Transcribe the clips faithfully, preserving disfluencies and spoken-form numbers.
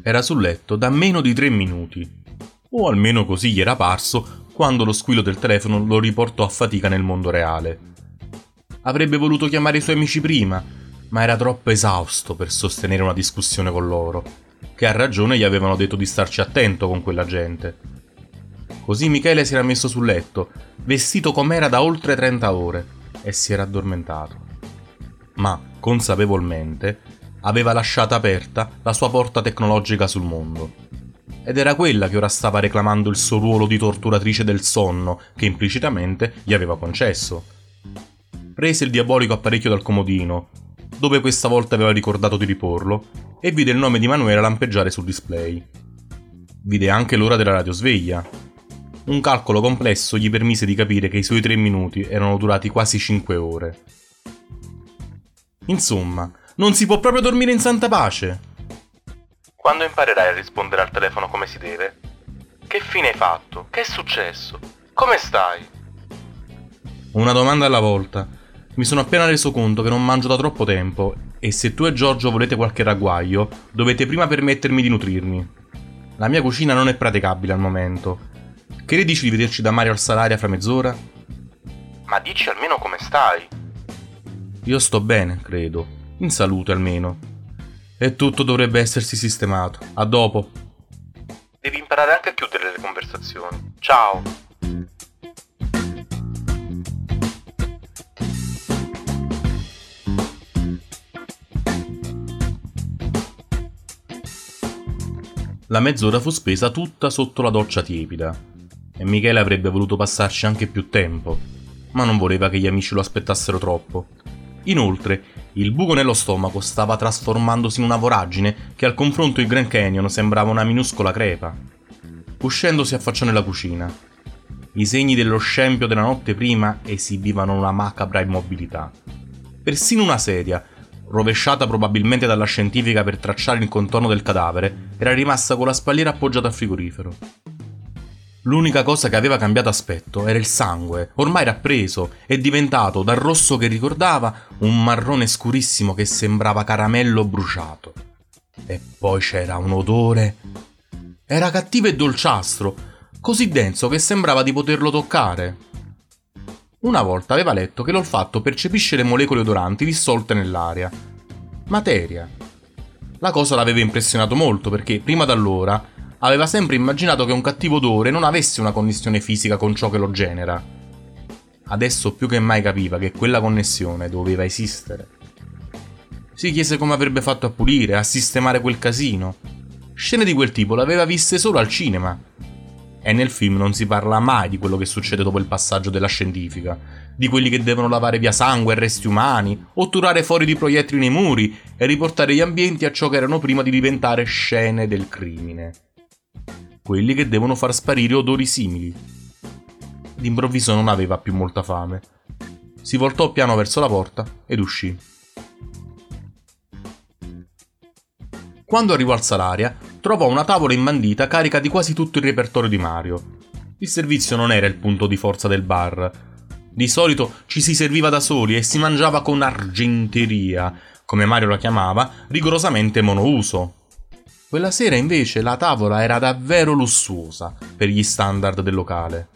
era sul letto da meno di tre minuti, o almeno così gli era parso quando lo squillo del telefono lo riportò a fatica nel mondo reale. Avrebbe voluto chiamare i suoi amici prima, ma era troppo esausto per sostenere una discussione con loro, che a ragione gli avevano detto di starci attento con quella gente. Così Michele si era messo sul letto, vestito com'era da oltre trenta ore, e si era addormentato. Ma, consapevolmente, aveva lasciata aperta la sua porta tecnologica sul mondo. Ed era quella che ora stava reclamando il suo ruolo di torturatrice del sonno che implicitamente gli aveva concesso. Prese il diabolico apparecchio dal comodino, dove questa volta aveva ricordato di riporlo, e vide il nome di Manuela lampeggiare sul display. Vide anche l'ora della radiosveglia. Un calcolo complesso gli permise di capire che i suoi tre minuti erano durati quasi cinque ore. Insomma, non si può proprio dormire in santa pace. Quando imparerai a rispondere al telefono come si deve? Che fine hai fatto? Che è successo? Come stai? Una domanda alla volta. Mi sono appena reso conto che non mangio da troppo tempo e se tu e Giorgio volete qualche ragguaglio, dovete prima permettermi di nutrirmi. La mia cucina non è praticabile al momento. Che ne dici di vederci da Mario al Salaria fra mezz'ora? Ma dici almeno come stai? Io sto bene, credo. In salute almeno. E tutto dovrebbe essersi sistemato. A dopo. Devi imparare anche a chiudere le conversazioni. Ciao. La mezz'ora fu spesa tutta sotto la doccia tiepida. E Michele avrebbe voluto passarci anche più tempo, ma non voleva che gli amici lo aspettassero troppo. Inoltre, il buco nello stomaco stava trasformandosi in una voragine che al confronto il Grand Canyon sembrava una minuscola crepa. Uscendo si affacciò nella cucina. I segni dello scempio della notte prima esibivano una macabra immobilità. Persino una sedia, rovesciata probabilmente dalla scientifica per tracciare il contorno del cadavere, era rimasta con la spalliera appoggiata al frigorifero. L'unica cosa che aveva cambiato aspetto era il sangue, ormai rappreso e diventato, dal rosso che ricordava, un marrone scurissimo che sembrava caramello bruciato. E poi c'era un odore. Era cattivo e dolciastro, così denso che sembrava di poterlo toccare. Una volta aveva letto che l'olfatto percepisce le molecole odoranti dissolte nell'aria. Materia. La cosa l'aveva impressionato molto perché, prima d'allora, aveva sempre immaginato che un cattivo odore non avesse una connessione fisica con ciò che lo genera. Adesso più che mai capiva che quella connessione doveva esistere. Si chiese come avrebbe fatto a pulire, a sistemare quel casino. Scene di quel tipo l'aveva viste solo al cinema. E nel film non si parla mai di quello che succede dopo il passaggio della scientifica, di quelli che devono lavare via sangue e resti umani, otturare fori di proiettili nei muri e riportare gli ambienti a ciò che erano prima di diventare scene del crimine. Quelli che devono far sparire odori simili. D'improvviso non aveva più molta fame. Si voltò piano verso la porta ed uscì. Quando arrivò al Salaria, trovò una tavola imbandita carica di quasi tutto il repertorio di Mario. Il servizio non era il punto di forza del bar. Di solito ci si serviva da soli e si mangiava con argenteria, come Mario la chiamava, rigorosamente monouso. Quella sera invece la tavola era davvero lussuosa per gli standard del locale.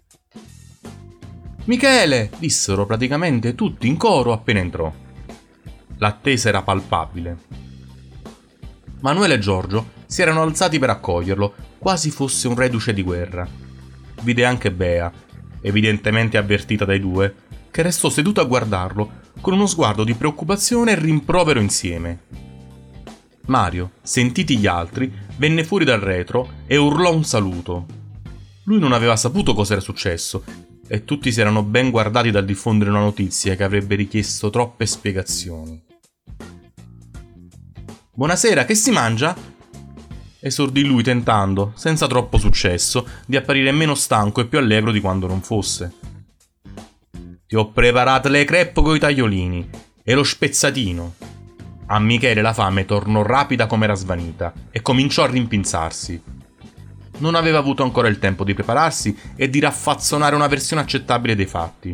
«Michele!» dissero praticamente tutti in coro appena entrò. L'attesa era palpabile. Manuela e Giorgio si erano alzati per accoglierlo, quasi fosse un reduce di guerra. Vide anche Bea, evidentemente avvertita dai due, che restò seduta a guardarlo con uno sguardo di preoccupazione e rimprovero insieme. Mario, sentiti gli altri, venne fuori dal retro e urlò un saluto. Lui non aveva saputo cosa era successo e tutti si erano ben guardati dal diffondere una notizia che avrebbe richiesto troppe spiegazioni. «Buonasera, che si mangia?» esordì lui tentando, senza troppo successo, di apparire meno stanco e più allegro di quando non fosse. «Ti ho preparate le crepe coi tagliolini e lo spezzatino». A Michele la fame tornò rapida come era svanita e cominciò a rimpinzarsi. Non aveva avuto ancora il tempo di prepararsi e di raffazzonare una versione accettabile dei fatti.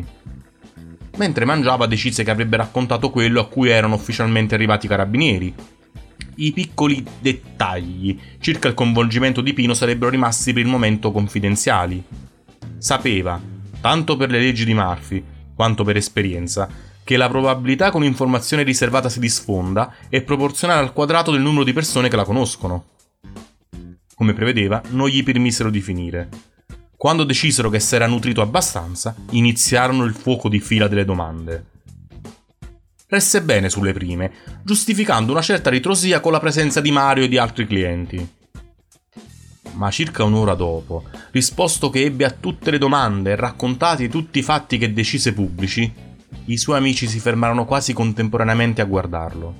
Mentre mangiava decise che avrebbe raccontato quello a cui erano ufficialmente arrivati i carabinieri, I piccoli dettagli circa il coinvolgimento di Pino sarebbero rimasti per il momento confidenziali. Sapeva, tanto per le leggi di Murphy quanto per esperienza, che la probabilità che un'informazione riservata si disfonda è proporzionale al quadrato del numero di persone che la conoscono. Come prevedeva, non gli permisero di finire. Quando decisero che si era nutrito abbastanza, iniziarono il fuoco di fila delle domande. Resse bene sulle prime, giustificando una certa ritrosia con la presenza di Mario e di altri clienti. Ma circa un'ora dopo, risposto che ebbe a tutte le domande e raccontati tutti i fatti che decise pubblici, i suoi amici si fermarono quasi contemporaneamente a guardarlo.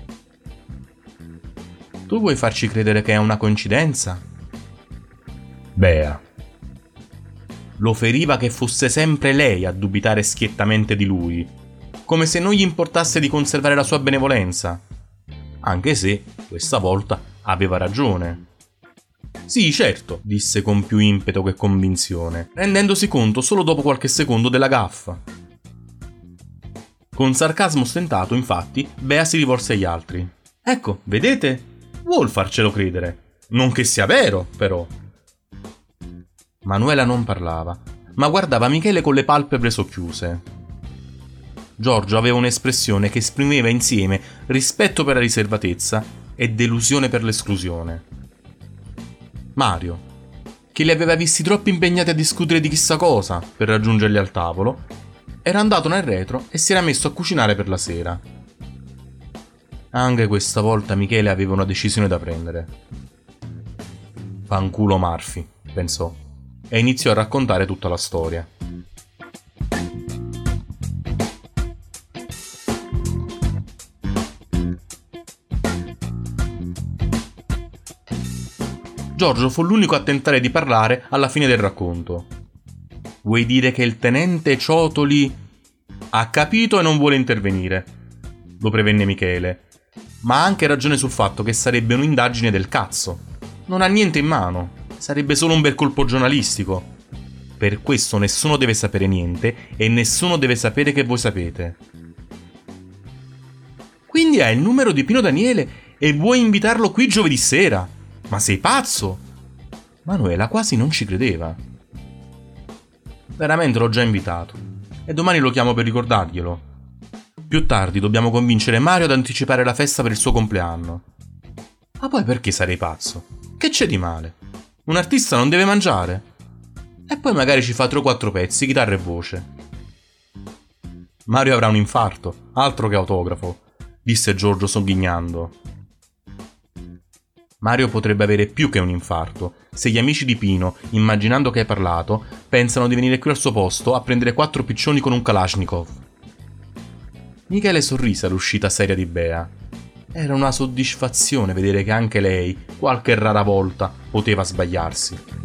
Tu vuoi farci credere che è una coincidenza? Bea. Lo feriva che fosse sempre lei a dubitare schiettamente di lui, come se non gli importasse di conservare la sua benevolenza, anche se, questa volta, aveva ragione. Sì, certo, disse con più impeto che convinzione, rendendosi conto solo dopo qualche secondo della gaffa. Con sarcasmo stentato, infatti, Bea si rivolse agli altri. Ecco, vedete? Vuol farcelo credere. Non che sia vero, però. Manuela non parlava, ma guardava Michele con le palpebre socchiuse. Giorgio aveva un'espressione che esprimeva insieme rispetto per la riservatezza e delusione per l'esclusione. Mario, che li aveva visti troppo impegnati a discutere di chissà cosa per raggiungerli al tavolo, era andato nel retro e si era messo a cucinare per la sera. Anche questa volta Michele aveva una decisione da prendere. Fanculo Murphy, pensò, e iniziò a raccontare tutta la storia. Giorgio fu l'unico a tentare di parlare alla fine del racconto. Vuoi dire che il tenente Ciotoli ha capito e non vuole intervenire? Lo prevenne Michele, ma ha anche ragione sul fatto che sarebbe un'indagine del cazzo. Non ha niente in mano, sarebbe solo un bel colpo giornalistico. Per questo nessuno deve sapere niente e nessuno deve sapere che voi sapete. Quindi hai il numero di Pino Daniele e vuoi invitarlo qui giovedì sera? Ma sei pazzo? Manuela quasi non ci credeva. Veramente l'ho già invitato e domani lo chiamo per ricordarglielo. Più tardi dobbiamo convincere Mario ad anticipare la festa per il suo compleanno. Ma poi perché sarei pazzo? Che c'è di male? Un artista non deve mangiare? E poi magari ci fa tre o quattro pezzi, chitarra e voce. Mario avrà un infarto, altro che autografo, disse Giorgio sogghignando. Mario potrebbe avere più che un infarto se gli amici di Pino, immaginando che hai parlato, pensano di venire qui al suo posto a prendere quattro piccioni con un Kalashnikov. Michele sorrise all'uscita seria di Bea. Era una soddisfazione vedere che anche lei, qualche rara volta, poteva sbagliarsi.